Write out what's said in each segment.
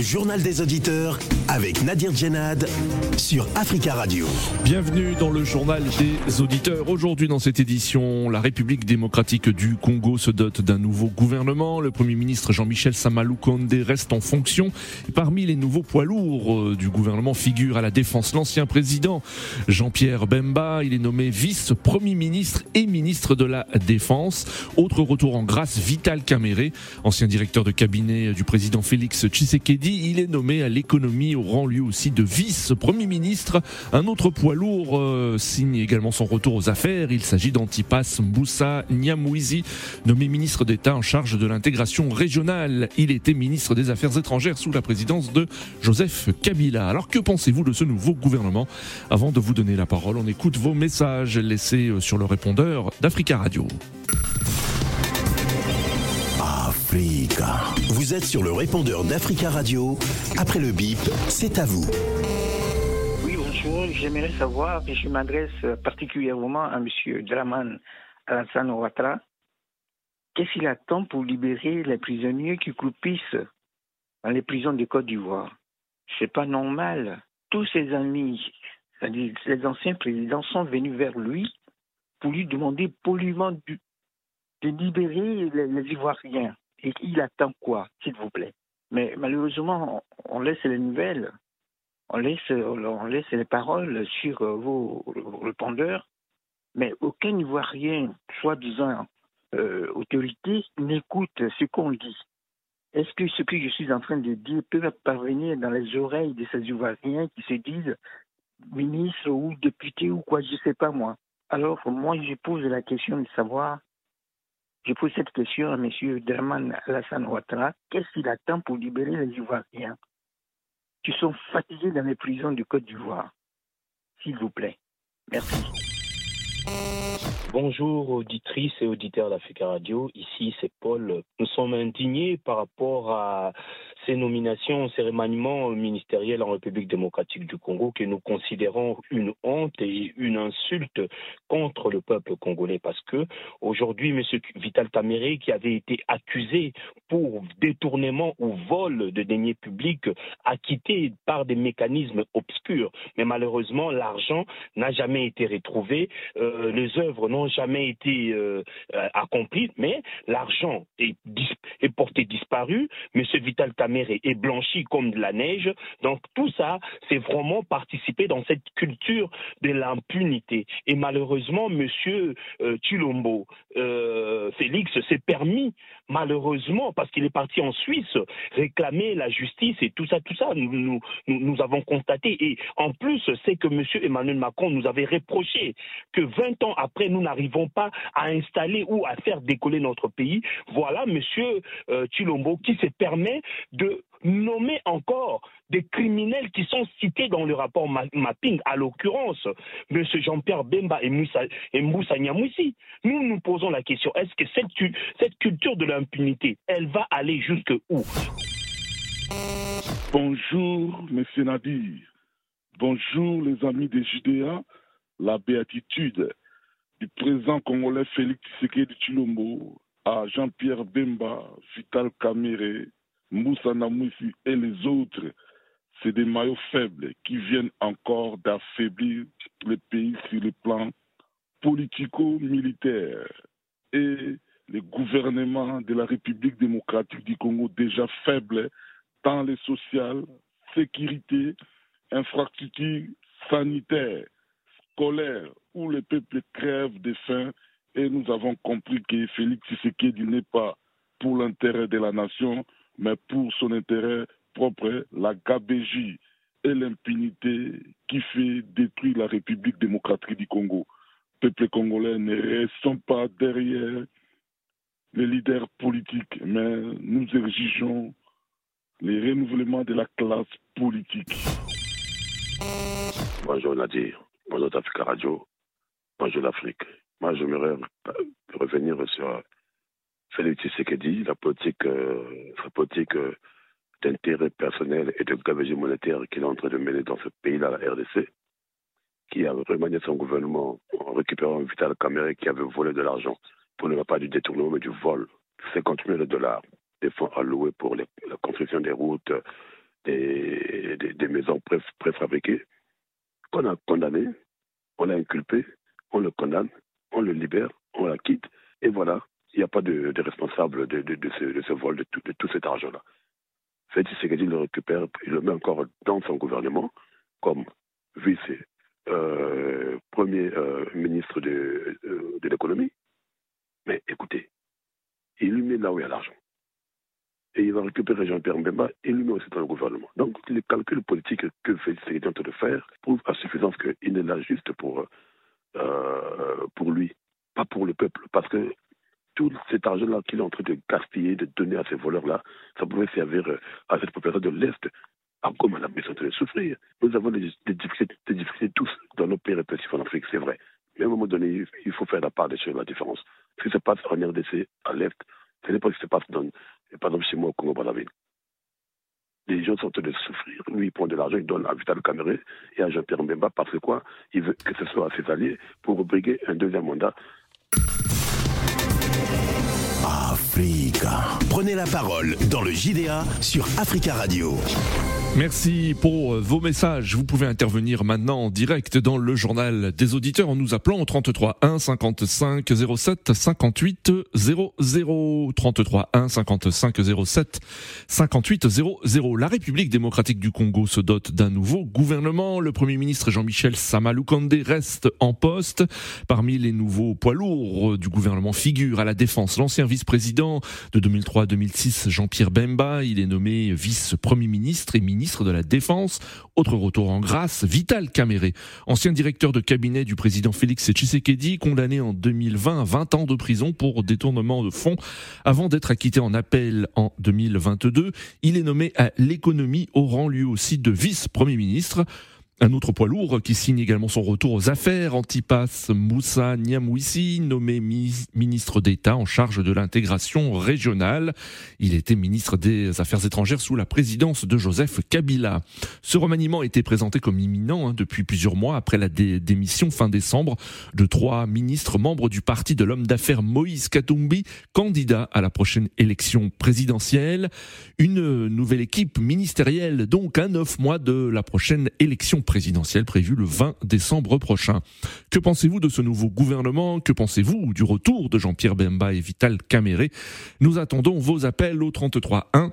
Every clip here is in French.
journal des auditeurs avec Nadir Djenad sur Africa Radio. Bienvenue dans le journal des auditeurs. Aujourd'hui dans cette édition, la République démocratique du Congo se dote d'un nouveau gouvernement. Le Premier ministre Jean-Michel Sama-Lukonde reste en fonction. Et parmi les nouveaux poids lourds du gouvernement figure à la défense l'ancien président Jean-Pierre Bemba. Il est nommé vice-premier ministre et ministre de la Défense. Autre retour en grâce, Vital Kamerhe, ancien directeur de cabinet du président Félix Tshisekedi. Il est nommé à l'économie au rang lui aussi de vice-premier ministre. Un autre poids lourd signe également son retour aux affaires. Il s'agit d'Antipas Mbusa Nyamwisi, nommé ministre d'État en charge de l'intégration régionale. Il était ministre des Affaires étrangères sous la présidence de Joseph Kabila. Alors que pensez-vous de ce nouveau gouvernement ? Avant de vous donner la parole, on écoute vos messages laissés sur le répondeur d'Africa Radio. Africa. Vous êtes sur le répondeur d'Africa Radio. Après le bip, c'est à vous. Oui, bonjour. J'aimerais savoir, et je m'adresse particulièrement à M. Dramane Alassane Ouattara, qu'est-ce qu'il attend pour libérer les prisonniers qui croupissent dans les prisons de Côte d'Ivoire? C'est pas normal. Tous ses amis, c'est-à-dire les anciens présidents, sont venus vers lui pour lui demander poliment de libérer les Ivoiriens. Et il attend quoi, s'il vous plaît? Mais malheureusement, on laisse les nouvelles, on laisse les paroles sur vos répondeurs, mais aucun Ivoirien, soi-disant autorité, n'écoute ce qu'on dit. Est-ce que ce que je suis en train de dire peut parvenir dans les oreilles de ces Ivoiriens qui se disent ministres ou députés ou quoi, je ne sais pas moi. Alors moi, je pose la question de savoir, je pose cette question à M. Dramane Alassane Ouattara. Qu'est-ce qu'il attend pour libérer les Ivoiriens qui sont fatigués dans les prisons de Côte d'Ivoire? S'il vous plaît. Merci. Bonjour auditrices et auditeurs d'Africa Radio, ici c'est Paul. Nous sommes indignés par rapport à ces nominations, ces remaniements ministériels en République démocratique du Congo que nous considérons une honte et une insulte contre le peuple congolais, parce que aujourd'hui M. Vital Kamerhe, qui avait été accusé pour détournement ou vol de deniers publics, acquitté par des mécanismes obscurs, mais malheureusement l'argent n'a jamais été retrouvé, les œuvres n'ont jamais été accomplies, mais l'argent est porté disparu. M. Vital Kamerhe est blanchi comme de la neige. Donc tout ça, c'est vraiment participer dans cette culture de l'impunité. Et malheureusement, M. Tshilombo Félix s'est permis, malheureusement, parce qu'il est parti en Suisse, réclamer la justice et tout ça. Nous avons constaté. Et en plus, c'est que M. Emmanuel Macron nous avait reproché que 20 ans après, nous n'arrivons pas à installer ou à faire décoller notre pays. Voilà M. Tshilombo qui se permet de nommer encore des criminels qui sont cités dans le rapport mapping, à l'occurrence M. Jean-Pierre Bemba et Mbusa Nyamwisi. Nous posons la question, est-ce que cette culture de l'impunité, elle va aller jusqu'où? Bonjour, M. Nadir. Bonjour, les amis des Judéa. La béatitude du président congolais Félix Tshisekedi Tshilombo à Jean-Pierre Bemba, Vital Kamerhe, Mbusa Nyamwisi et les autres, c'est des maillots faibles qui viennent encore d'affaiblir le pays sur le plan politico-militaire. Et le gouvernement de la République démocratique du Congo, déjà faible dans les sociales, sécurité, infrastructures sanitaires, scolaires, où le peuple crève de faim. Et nous avons compris que Félix Tshisekedi n'est pas pour l'intérêt de la nation, mais pour son intérêt propre, la gabégie et l'impunité qui fait détruire la République démocratique du Congo. Peuple congolais, ne restons pas derrière les leaders politiques, mais nous exigeons le renouvellement de la classe politique. Bonjour Nadir, bonjour Africa Radio, bonjour l'Afrique. Moi, j'aimerais revenir sur Félix Tshisekedi, sa politique d'intérêt personnel et de gabegie monétaire qu'il est en train de mener dans ce pays-là, la RDC, qui a remanié son gouvernement en récupérant Vital Kamerhe qui avait volé de l'argent, pour ne pas du détournement mais du vol, 50 millions de dollars, des fonds alloués pour la construction des routes, et des maisons préfabriquées, qu'on a condamné, on l'a inculpé, on le condamne, on le libère, on la quitte, et voilà, il n'y a pas de responsable de ce vol, de tout cet argent-là. Félix Tshisekedi le récupère, il le met encore dans son gouvernement, comme vice-premier ministre de l'économie. Mais écoutez, il lui met là où il y a l'argent. Et il va récupérer Jean-Pierre Mbemba, il lui met aussi dans le gouvernement. Donc les calculs politiques que Félix Tshisekedi est en train de faire prouvent à suffisance qu'il est là juste pour lui, pas pour le peuple. Parce que tout cet argent-là qu'il est en train de gaspiller, de donner à ces voleurs-là, ça pourrait servir à cette population de l'Est, comme elle a besoin de souffrir. Nous avons des difficultés tous dans nos pays répressifs en Afrique, c'est vrai. Mais à un moment donné, il faut faire la part des choses, la différence. Ce qui se passe en RDC, à l'Est, ce n'est pas ce qui se passe par exemple chez moi au Congo-Brazzaville. Les gens sont en train de souffrir. Lui, il prend de l'argent, il donne à Vital Kamerhe et à Jean-Pierre Mbemba parce que quoi? Il veut que ce soit à ses alliés pour briguer un deuxième mandat. Africa. Prenez la parole dans le JDA sur Africa Radio. Merci pour vos messages. Vous pouvez intervenir maintenant en direct dans le journal des auditeurs en nous appelant au 33 1 55 07 58 00. 33 1 55 07 58 00. La République démocratique du Congo se dote d'un nouveau gouvernement. Le Premier ministre Jean-Michel Sama Lukonde reste en poste. Parmi les nouveaux poids lourds du gouvernement figure à la défense l'ancien vice-président de 2003 à 2006 Jean-Pierre Bemba. Il est nommé vice-premier ministre et ministre de la Défense. Autre retour en grâce, Vital Kamerhe, ancien directeur de cabinet du président Félix Tshisekedi, condamné en 2020 à 20 ans de prison pour détournement de fonds avant d'être acquitté en appel en 2022. Il est nommé à l'économie au rang lui aussi de vice-premier ministre. Un autre poids lourd qui signe également son retour aux affaires, Antipas Moussa Niamouissi, nommé ministre d'État en charge de l'intégration régionale. Il était ministre des Affaires étrangères sous la présidence de Joseph Kabila. Ce remaniement était présenté comme imminent depuis plusieurs mois après la démission fin décembre de 3 ministres membres du parti de l'homme d'affaires Moïse Katumbi, candidat à la prochaine élection présidentielle. Une nouvelle équipe ministérielle donc à 9 mois de la prochaine élection présidentielle prévue le 20 décembre prochain. Que pensez-vous de ce nouveau gouvernement? Que pensez-vous du retour de Jean-Pierre Bemba et Vital Kamerhe? Nous attendons vos appels au 33 1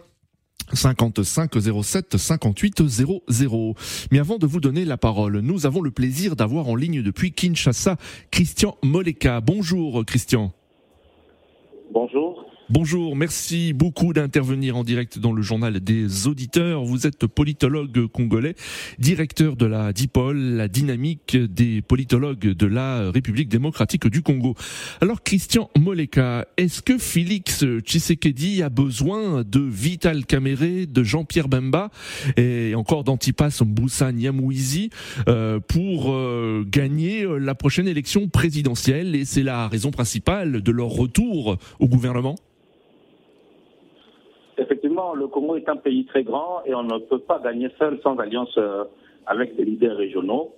55 07 58 00. Mais avant de vous donner la parole, nous avons le plaisir d'avoir en ligne depuis Kinshasa Christian Moleka. Bonjour Christian. Bonjour. Bonjour, merci beaucoup d'intervenir en direct dans le journal des auditeurs. Vous êtes politologue congolais, directeur de la DIPOL, la dynamique des politologues de la République démocratique du Congo. Alors Christian Moleka, est-ce que Félix Tshisekedi a besoin de Vital Kamerhe, de Jean-Pierre Bemba et encore d'Antipas Moussa Niamouissi pour gagner la prochaine élection présidentielle, et c'est la raison principale de leur retour au gouvernement? Effectivement, le Congo est un pays très grand et on ne peut pas gagner seul sans alliance avec des leaders régionaux.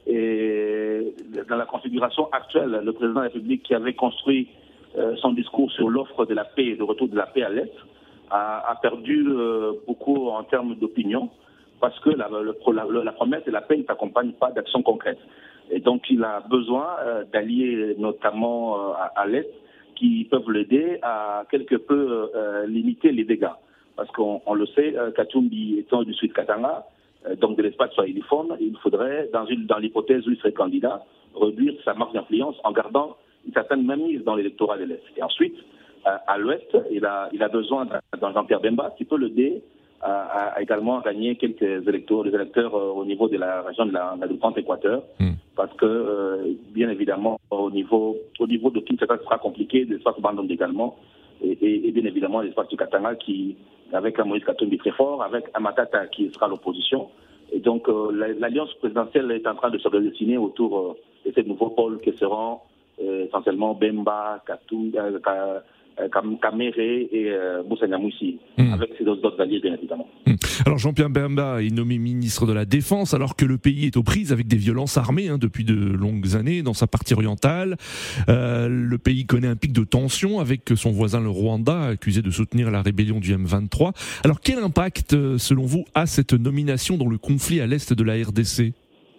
Et dans la configuration actuelle, le président de la République qui avait construit son discours sur l'offre de la paix et le retour de la paix à l'Est a perdu beaucoup en termes d'opinion parce que la promesse de la paix ne s'accompagne pas d'actions concrètes. Et donc il a besoin d'alliés notamment à l'Est qui peuvent l'aider à quelque peu limiter les dégâts. Parce qu'on le sait, Katumbi étant du Sud Katanga, donc de l'espace swahiliphone, il faudrait, dans l'hypothèse où il serait candidat, réduire sa marge d'influence en gardant une certaine mainmise dans l'électorat de l'Est. Et ensuite, à l'Ouest, il a besoin d'un Jean-Pierre Bemba qui peut l'aider à également gagner quelques électeurs au niveau de la région de la Grande Équateur. Parce que, bien évidemment, au niveau de Kinshasa, ce sera compliqué, l'espace Bandung également, et bien évidemment l'espace du Katanga qui, avec un Moïse Katumbi très fort, avec un Matata qui sera l'opposition. Et donc, l'alliance présidentielle est en train de se dessiner autour de ces nouveaux pôles qui seront essentiellement Bemba, Kamere et Moussa Nyamwisi, avec ses autres alliés, bien évidemment. Alors Jean-Pierre Bemba est nommé ministre de la Défense alors que le pays est aux prises avec des violences armées depuis de longues années dans sa partie orientale. Le pays connaît un pic de tension avec son voisin le Rwanda, accusé de soutenir la rébellion du M23. Alors quel impact, selon vous, a cette nomination dans le conflit à l'est de la RDC ?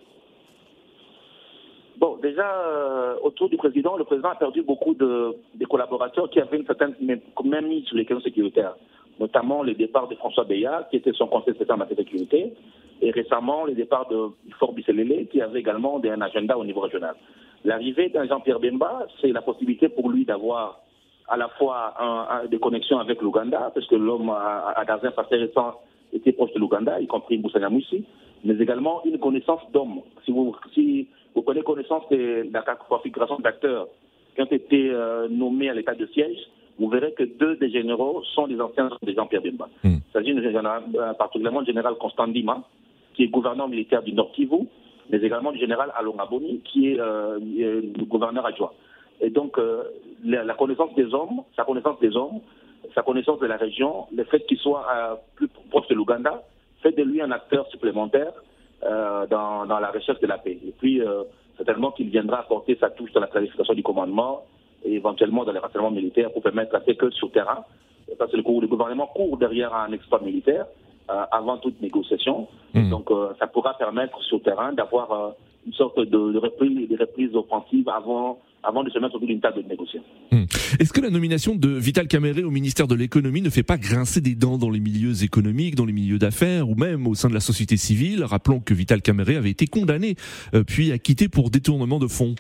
Bon, déjà, autour du président, le président a perdu beaucoup de collaborateurs qui avaient une certaine même mise sur les questions sécuritaires, notamment le départ de François Beya, qui était son conseiller spécial en matière de sécurité, et récemment le départ du Fort Bisselele, qui avait également un agenda au niveau régional. L'arrivée d'un Jean-Pierre Bemba, c'est la possibilité pour lui d'avoir à la fois des connexions avec l'Ouganda, parce que l'homme, dans un passé récent, était proche de l'Ouganda, y compris Moussa Nyamwisi, mais également une connaissance d'hommes. Si vous prenez connaissance de la configuration d'acteurs qui ont été nommés à l'état de siège, vous verrez que 2 des généraux sont des anciens de Jean-Pierre Bemba. Il s'agit particulièrement du général Constant Ndima, qui est gouverneur militaire du Nord Kivu, mais également du général Alonga Boni, qui est le gouverneur adjoint. Et donc, la connaissance des hommes, sa connaissance de la région, le fait qu'il soit plus proche de l'Ouganda, fait de lui un acteur supplémentaire dans la recherche de la paix. Et puis, certainement qu'il viendra apporter sa touche dans la clarification du commandement et éventuellement dans les renseignements militaires pour permettre à ce que sur terrain, parce que le gouvernement court derrière un exploit militaire avant toute négociation. Donc, ça pourra permettre sur terrain d'avoir une sorte de reprise offensive avant de se mettre autour d'une table de négociation. Est-ce que la nomination de Vital Kamerhe au ministère de l'économie ne fait pas grincer des dents dans les milieux économiques, dans les milieux d'affaires ou même au sein de la société civile ? Rappelons que Vital Kamerhe avait été condamné puis acquitté pour détournement de fonds.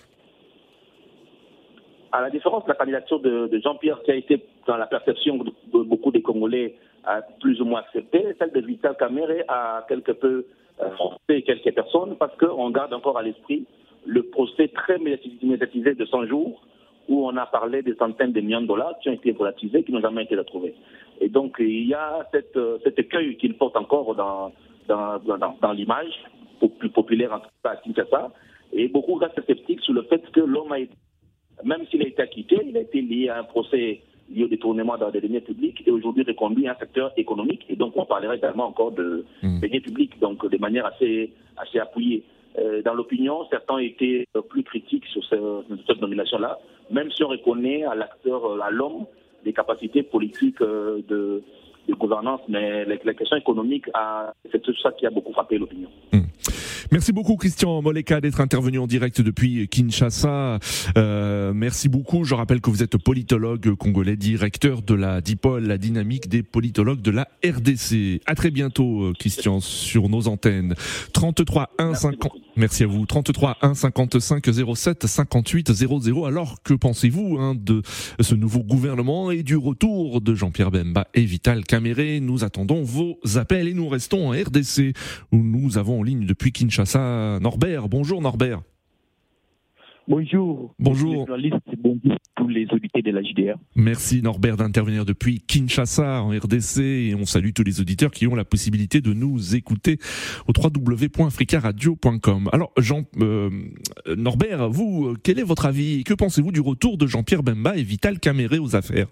À la différence de la candidature de Jean-Pierre, qui a été, dans la perception de beaucoup des Congolais, plus ou moins acceptée, celle de Vital Kamerhe a quelque peu froissé quelques personnes parce qu'on garde encore à l'esprit le procès très médiatisé de 100 jours où on a parlé des centaines de millions de dollars qui ont été volatilisés, qui n'ont jamais été retrouvés. Et donc, il y a cet écueil qu'il porte encore dans l'image, plus populaire en tout cas à Kinshasa. Et beaucoup restent sceptiques sur le fait que l'homme a été, même s'il a été acquitté, il a été lié à un procès lié au détournement dans des deniers publics et aujourd'hui reconduit un secteur économique. Et donc, on parlera également encore de deniers publics, donc de manière assez appuyée. Dans l'opinion, certains étaient plus critiques sur cette nomination-là, même si on reconnaît à l'acteur, à l'homme, des capacités politiques de gouvernance, mais les questions économiques, c'est tout ça qui a beaucoup frappé l'opinion. Merci beaucoup Christian Moleka d'être intervenu en direct depuis Kinshasa. Merci beaucoup. Je rappelle que vous êtes politologue congolais, directeur de la DIPOL, la dynamique des politologues de la RDC. À très bientôt Christian sur nos antennes. 33 1 50. Merci à vous. 33 1 55 07 58 00. Alors que pensez-vous de ce nouveau gouvernement et du retour de Jean-Pierre Bemba et Vital Kamerhe? Nous attendons vos appels et nous restons en RDC où nous avons en ligne depuis Kinshasa Norbert. Bonjour Norbert. Bonjour. Bonjour. Bonjour tous les auditeurs de la JDR. Merci Norbert d'intervenir depuis Kinshasa en RDC et on salue tous les auditeurs qui ont la possibilité de nous écouter au www.africaradio.com. Alors Norbert, vous, quel est votre avis? Que pensez-vous du retour de Jean-Pierre Bemba et Vital Kamerhe aux affaires?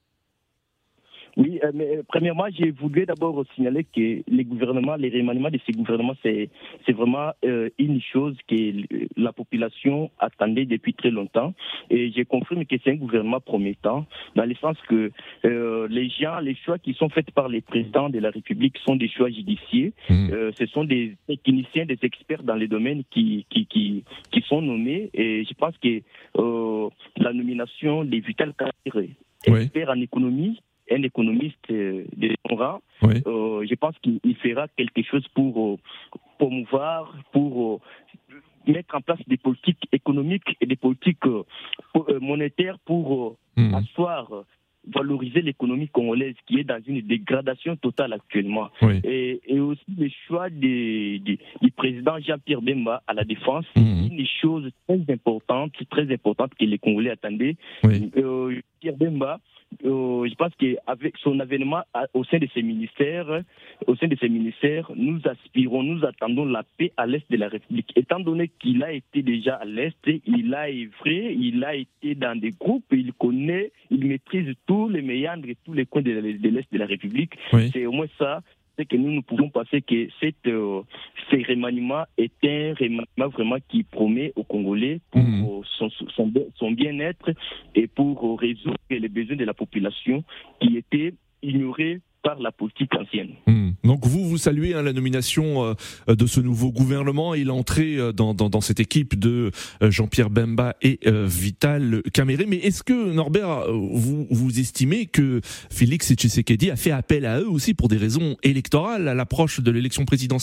Oui, mais premièrement, je voudrais d'abord signaler que les remaniements de ces gouvernements, c'est vraiment une chose que la population attendait depuis très longtemps. Et je confirme que c'est un gouvernement promettant, dans le sens que les choix qui sont faits par les présidents de la République sont des choix judicieux. Ce sont des techniciens, des experts dans les domaines qui sont nommés. Et je pense que la nomination de Vital Kamerhe, expert en économie, un économiste de son rang, je pense qu'il fera quelque chose pour promouvoir, pour mettre en place des politiques économiques et des politiques monétaires pour asseoir, valoriser l'économie congolaise qui est dans une dégradation totale actuellement. Et aussi le choix du président Jean-Pierre Bemba à la défense, c'est une chose très importante que les Congolais attendaient. Jean-Pierre Bemba, je pense qu'avec son avènement au sein de ces ministères, nous aspirons, nous attendons la paix à l'est de la République. Étant donné qu'il a été déjà à l'est, il a œuvré, il a été dans des groupes, il maîtrise tous les méandres et tous les coins de l'est de la République. Oui. C'est au moins ça. C'est que nous pouvons penser que ce remaniement est un remaniement vraiment qui promet aux Congolais pour son bien-être et pour résoudre les besoins de la population qui étaient ignorés par la politique ancienne. Donc vous saluez la nomination de ce nouveau gouvernement et l'entrée dans cette équipe de Jean-Pierre Bemba et Vital Kamerhe. Mais est-ce que, Norbert, vous estimez que Félix Tshisekedi a fait appel à eux aussi pour des raisons électorales à l'approche de l'élection présidentielle ?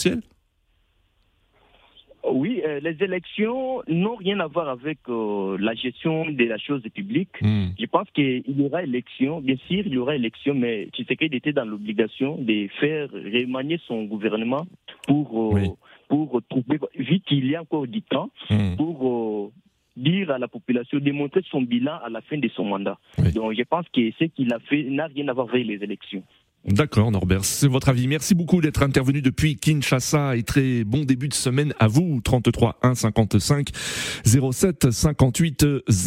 Oui, les élections n'ont rien à voir avec la gestion de la chose publique. Je pense qu'il y aura élection, bien sûr, il y aura élection, mais Tshisekedi était dans l'obligation de faire remanier son gouvernement pour trouver, vu qu'il y a encore du temps, pour dire à la population, démontrer son bilan à la fin de son mandat. Oui. Donc je pense que ce qu'il a fait n'a rien à voir avec les élections. D'accord, Norbert, c'est votre avis. Merci beaucoup d'être intervenu depuis Kinshasa et très bon début de semaine à vous. 33 1 55 07 58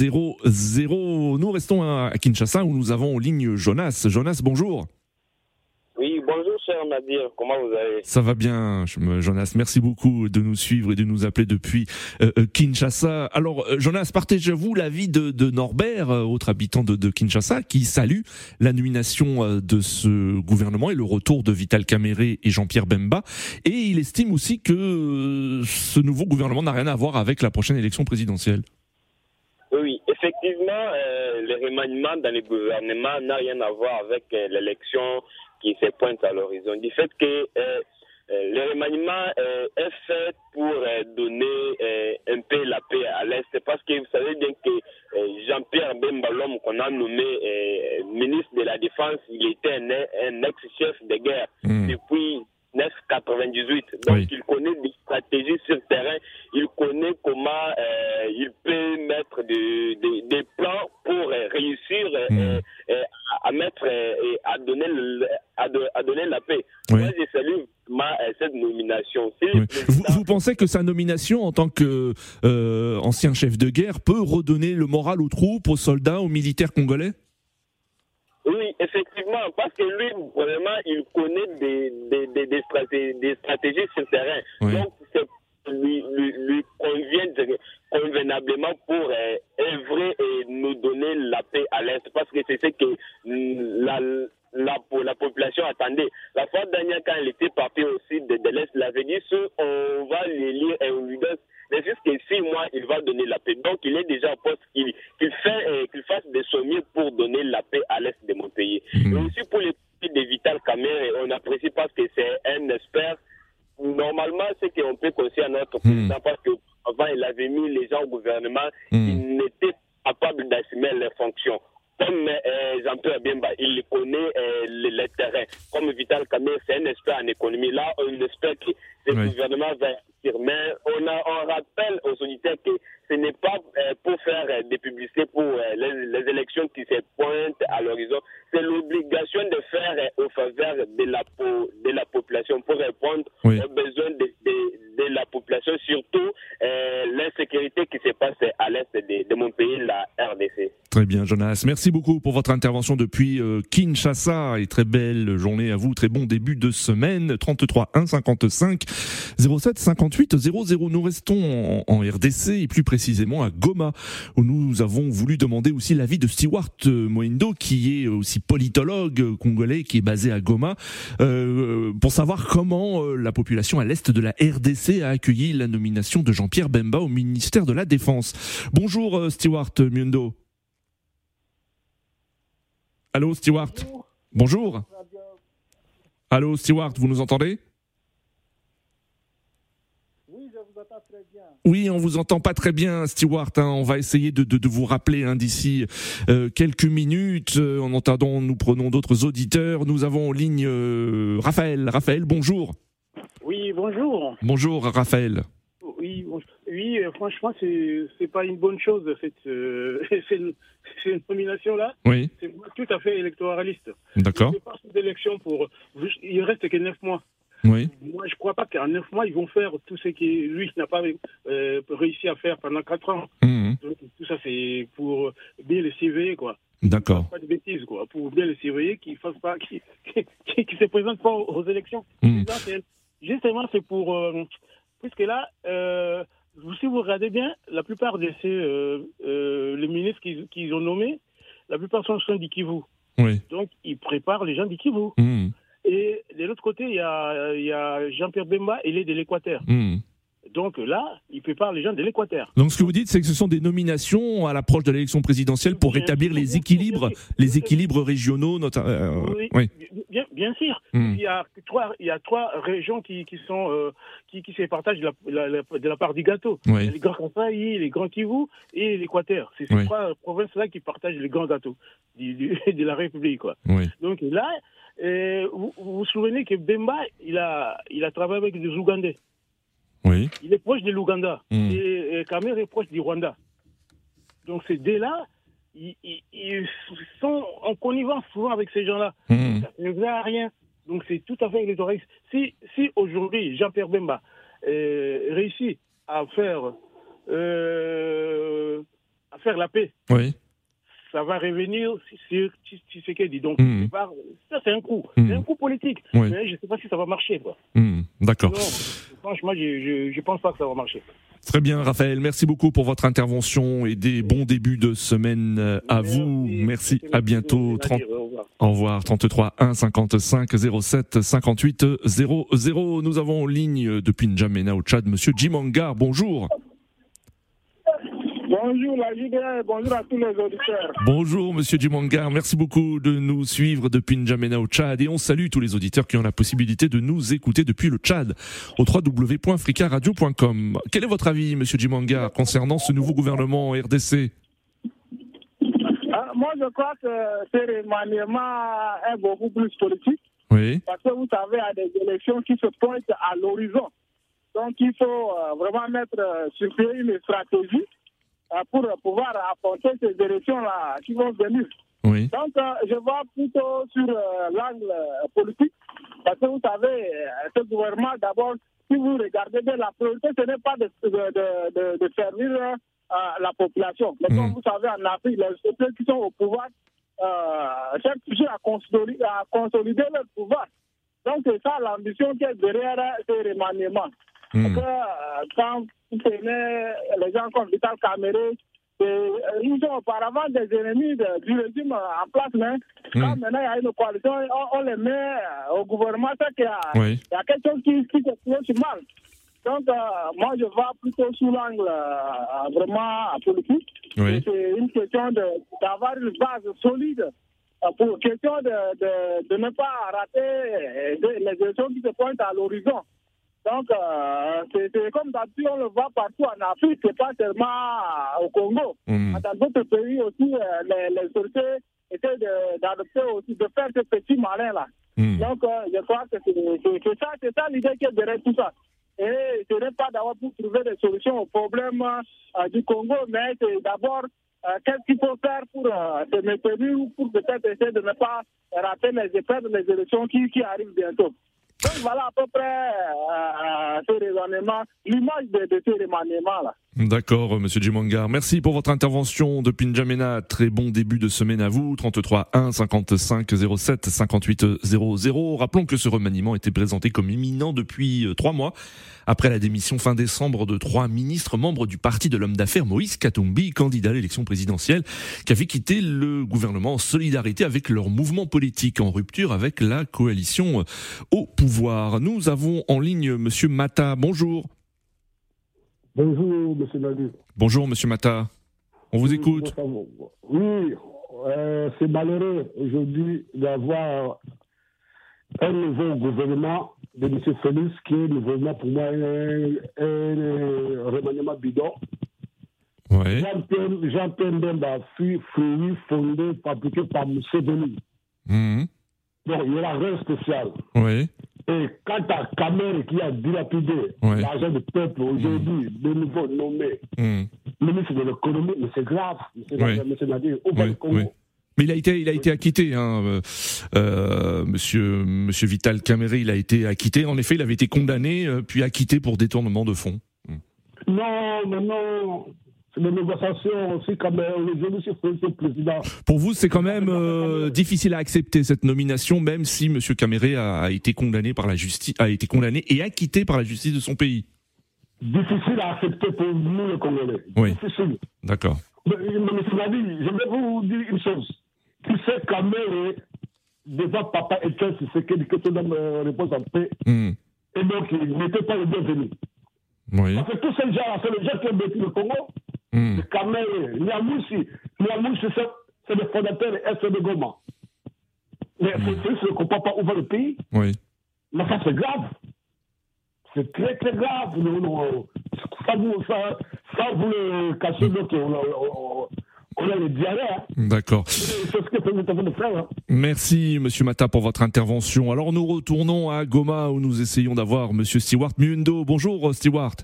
00. Nous restons à Kinshasa où nous avons en ligne Jonas. Jonas, bonjour. Oui, bonjour cher Nadir, comment vous allez ? Ça va bien, Jonas, merci beaucoup de nous suivre et de nous appeler depuis Kinshasa. Alors Jonas, partagez-vous l'avis de Norbert, autre habitant de Kinshasa, qui salue la nomination de ce gouvernement et le retour de Vital Kamerhe et Jean-Pierre Bemba, et il estime aussi que ce nouveau gouvernement n'a rien à voir avec la prochaine élection présidentielle. Oui, effectivement, le remaniement dans les gouvernements n'a rien à voir avec l'élection qui se pointe à l'horizon. Du fait que le remaniement est fait pour donner un peu la paix à l'Est, parce que vous savez bien que Jean-Pierre Bemba, l'homme qu'on a nommé ministre de la Défense, il était un ex-chef de guerre depuis 1998. Donc il connaît des stratégies sur le terrain, il connaît comment il peut mettre des plans pour réussir à mettre et à donner la paix. Oui. Moi, je salue cette nomination. Vous pensez que sa nomination en tant que ancien chef de guerre peut redonner le moral aux troupes, aux soldats, aux militaires congolais ? Oui, effectivement, parce que lui, vraiment, il connaît des stratégies sur le terrain. Oui. Donc, lui convient convenablement pour œuvrer et nous donner la paix à l'Est, parce que c'est ce que la population attendait. La fois dernière, quand elle était partie aussi de l'Est, il avait dit on va les lire et on lui donne. Mais jusqu'à 6 mois, il va donner la paix. Donc, il est déjà au poste qu'il fasse de son mieux pour donner la paix à l'Est de mon pays. Et aussi pour les petits de Vital Kamerhe, on apprécie parce que c'est un expert. Normalement, c'est qu'on peut confier à notre président parce qu'avant, il avait mis les gens au gouvernement qui n'étaient pas capables d'assumer leurs fonctions. Comme Jean-Pierre Bemba, il connaît les terrains. Comme Vital Kamerhe, c'est un expert en économie. Là, on espère que ce gouvernement va investir. Mais on rappelle aux auditeurs que ce n'est pas pour faire des publicités pour les élections qui se pointent à l'horizon. C'est l'obligation de faire au faveur de la population pour répondre aux besoins de la population, surtout l'insécurité qui se passe à l'est de mon pays, la RDC. Très bien, Jonas. Merci beaucoup pour votre intervention depuis Kinshasa et très belle journée à vous. Très bon début de semaine. 33 1 55 07 58 00. Nous restons en RDC et plus précisément à Goma où nous avons voulu demander aussi l'avis de Stewart Moindo qui est aussi politologue congolais qui est basé à Goma pour savoir comment la population à l'est de la RDC a accueilli la nomination de Jean-Pierre Bemba au ministère de la Défense. Bonjour Stewart Moindo. Allô Stewart. Bonjour. Allô Stewart, vous nous entendez ? Oui, je vous entends très bien. Oui, on vous entend pas très bien Stewart, on va essayer de vous rappeler d'ici quelques minutes. En attendant, nous prenons d'autres auditeurs. Nous avons en ligne Raphaël. Raphaël, bonjour. Oui, bonjour. Bonjour Raphaël. Oui, avis, franchement, c'est pas une bonne chose, cette nomination-là. Oui. C'est tout à fait électoraliste. D'accord. Il pas d'élection il reste que 9 mois. Oui. Moi, je crois pas qu'en 9 mois, ils vont faire tout ce que lui n'a pas réussi à faire pendant 4 ans. Donc, tout ça, c'est pour bien le surveiller, quoi. D'accord. Pas de bêtises, quoi. Pour bien le surveiller, qu'il fasse pas, qu'il se présente pas aux élections. Justement, c'est pour, puisque là, si vous regardez bien, la plupart de les ministres qu'ils ont nommés, la plupart sont du Kivu. Oui. Donc, ils préparent les gens du Kivu. Et de l'autre côté, il y a Jean-Pierre Bemba, il est de l'Équateur. Donc là, il prépare les gens de l'Équateur. Donc ce que vous dites, c'est que ce sont des nominations à l'approche de l'élection présidentielle pour rétablir les équilibres régionaux, notamment. Oui. Bien sûr. Il y a trois régions qui se partagent de la part du gâteau. Oui. Les Grands Kasaï, les Grands Kivu et l'Équateur. C'est ces trois provinces-là qui partagent les grands gâteaux de la République, quoi. Oui. Donc là, vous vous souvenez que Bemba, il a travaillé avec des Ougandais. Oui. Il est proche de l'Ouganda et Kamer est proche du Rwanda. Donc ces deux-là, ils sont en connivence souvent avec ces gens-là. Ça ne sert à rien. Donc c'est tout à fait électoraliste. Si aujourd'hui Jean-Pierre Bemba réussit à faire la paix, ça va revenir sur ce qu'elle dit. Donc, ça, c'est un coup. C'est un coup politique. Mais je ne sais pas si ça va marcher, quoi. D'accord. Non, franchement, je ne pense pas que ça va marcher. Très bien, Raphaël. Merci beaucoup pour votre intervention et des bons débuts de semaine à vous. Merci. À bientôt. Au revoir. 33 1 55 07 58 00. Nous avons en ligne depuis N'Djamena au Tchad, Monsieur Djimangar. Bonjour. Bonjour la JDA et bonjour à tous les auditeurs. Bonjour Monsieur Djimangar, merci beaucoup de nous suivre depuis N'Djamena au Tchad et on salue tous les auditeurs qui ont la possibilité de nous écouter depuis le Tchad au www.africaradio.com. Quel est votre avis Monsieur Djimangar concernant ce nouveau gouvernement RDC? Moi je crois que ce remaniement est beaucoup plus politique. Oui. Parce que vous savez, il y a des élections qui se pointent à l'horizon. Donc il faut vraiment mettre sur pied une stratégie pour pouvoir affronter ces élections-là qui vont venir. Oui. Donc, je vois plutôt sur l'angle politique, parce que vous savez, ce gouvernement, d'abord, si vous regardez bien, la priorité, ce n'est pas de servir la population. Mais comme vous savez, en Afrique, ceux qui sont au pouvoir cherchent toujours à consolider leur pouvoir. Donc, c'est ça l'ambition qui est derrière ce remaniement. Parce que quand vous prenez les gens comme Vital Kamerhe, ils sont auparavant des ennemis du régime en place, mais quand maintenant il y a une coalition, on les met au gouvernement, c'est qu'il y a quelque chose qui se cloche mal. Donc, moi, je vois plutôt sous l'angle vraiment politique. Oui. C'est une question d'avoir une base solide. Pour question de ne pas rater les élections qui se pointent à l'horizon. Donc, c'est comme d'habitude, on le voit partout en Afrique, c'est pas seulement au Congo. Dans d'autres pays aussi, les autorités essaient d'adopter aussi, de faire ce petit malin-là. Donc, je crois que c'est ça l'idée qui est derrière tout ça. Et ce n'est pas d'abord pour trouver des solutions aux problèmes du Congo, mais c'est d'abord qu'est-ce qu'il faut faire pour se maintenir ou pour peut-être essayer de ne pas rater les effets des élections qui arrivent bientôt. Donc voilà à peu près ce raisonnement, l'image de ce remaniement-là. D'accord, Monsieur Djimangar. Merci pour votre intervention depuis N'Djamena. Très bon début de semaine à vous. 33 1 55 07 58 00. Rappelons que ce remaniement était présenté comme imminent depuis 3 mois. Après la démission fin décembre de 3 ministres membres du parti de l'homme d'affaires Moïse Katumbi, candidat à l'élection présidentielle, qui avait quitté le gouvernement en solidarité avec leur mouvement politique, en rupture avec la coalition au pouvoir. Nous avons en ligne Monsieur Mata. Bonjour. Bonjour, Monsieur Nadu. Bonjour, Monsieur Mata. On vous écoute. Oui, c'est malheureux aujourd'hui d'avoir un nouveau gouvernement de M. Félix qui est nouvellement pour moi un remaniement bidon. Ouais. Jean-Pierre Bemba fut fondé, fabriqué par M. Denis. Donc, il y a rien de spécial. Oui. Et quant à Kamere qui a dilapidé l'argent du peuple aujourd'hui, de nouveau nommé ministre de l'économie, mais c'est grave, monsieur Nadir, au Congo. Mais il a été acquitté, monsieur Vital Kamere, il a été acquitté. En effet, il avait été condamné, puis acquitté pour détournement de fonds. Non. C'est des négociations aussi quand même. Aujourd'hui, c'est président. Pour vous, c'est quand même difficile à accepter cette nomination, même si monsieur Kamere a été condamné par la justice, a été condamné et acquitté par la justice de son pays. Difficile à accepter pour nous, les Congolais. Oui. Difficile. D'accord. Mais monsieur Nadi, je vais vous dire une chose. Tu sais, Kamere, devant papa Etienne Tshisekedi, que tu donnes réponse en paix, et donc il n'était pas le bienvenu. Oui. Parce que tous ces gens-là, c'est les gens qui ont bâti le Congo. C'est Kamere, Niamouchi, c'est le fondateur de S.D. Goma. Mais Félix ne comprend pas où va le pays. Oui. Mais ça, c'est grave. C'est très, très grave. Ça vous le cachez, donc on a le diarrhée. D'accord. C'est ce que nous avons de faire. Merci, monsieur Mata, pour votre intervention. Alors, nous retournons à Goma, où nous essayons d'avoir monsieur Stewart Mundo. Bonjour, Stewart.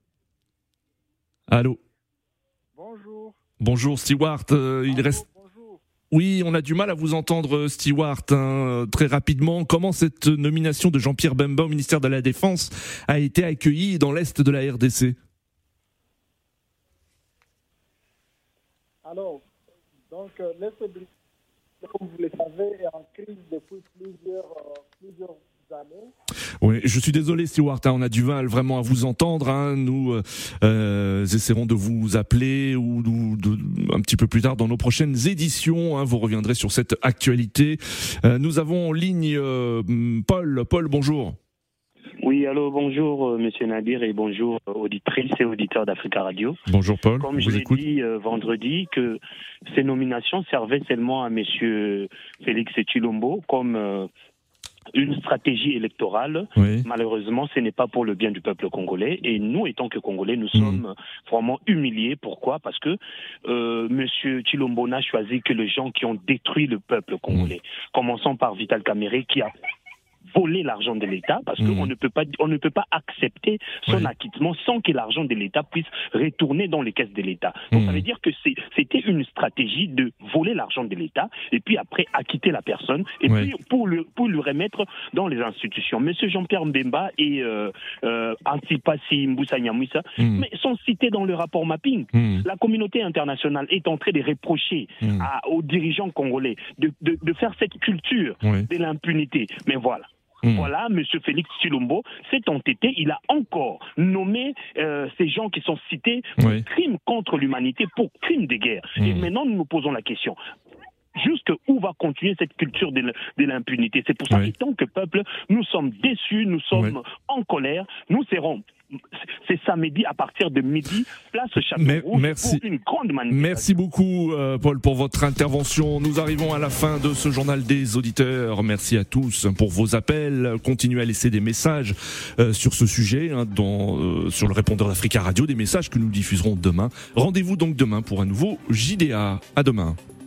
Allô. Bonjour, Stewart. Bonjour. Oui, on a du mal à vous entendre, Stewart, très rapidement. Comment cette nomination de Jean-Pierre Bemba au ministère de la Défense a été accueillie dans l'Est de la RDC ? Alors, donc, l'Est, comme vous le savez, est en crise depuis plusieurs années. Oui, je suis désolé, Stewart, on a du mal vraiment à vous entendre. Nous essaierons de vous appeler ou un petit peu plus tard dans nos prochaines éditions. Vous reviendrez sur cette actualité. Nous avons en ligne Paul. Paul, bonjour. Oui, allô, bonjour monsieur Nadir et bonjour auditrices et auditeurs d'Africa Radio. Bonjour Paul, comme je l'ai dit vendredi, que ces nominations servaient seulement à monsieur Félix Tshilombo comme une stratégie électorale. Oui. Malheureusement, ce n'est pas pour le bien du peuple congolais. Et nous, étant que Congolais, nous sommes vraiment humiliés. Pourquoi ? Parce que monsieur Tshilombo n'a choisi que les gens qui ont détruit le peuple congolais. Commençons par Vital Kamere qui a voler l'argent de l'État, parce qu'on ne peut pas accepter son acquittement sans que l'argent de l'État puisse retourner dans les caisses de l'État. Donc ça veut dire que c'était une stratégie de voler l'argent de l'État et puis après acquitter la personne et puis pour le remettre dans les institutions. Monsieur Jean-Pierre Bemba et Antipasi Mbusa Nyamwisa mais sont cités dans le rapport mapping. La communauté internationale est en train de reprocher aux dirigeants congolais de faire cette culture de l'impunité. Mais voilà. Voilà, M. Félix Tshilombo s'est entêté, il a encore nommé ces gens qui sont cités pour crimes contre l'humanité, pour crimes de guerre. Et maintenant, nous nous posons la question. Jusqu'où va continuer cette culture de l'impunité ? C'est pour ça qu'en tant que peuple, nous sommes déçus, nous sommes en colère, nous serons... C'est samedi à partir de midi, place Château-Rouge pour une grande manifestation. Merci beaucoup Paul pour votre intervention. Nous arrivons à la fin de ce journal des auditeurs. Merci à tous pour vos appels. Continuez à laisser des messages sur ce sujet sur le répondeur d'Africa Radio, des messages que nous diffuserons demain. Rendez-vous donc demain pour un nouveau JDA. À demain.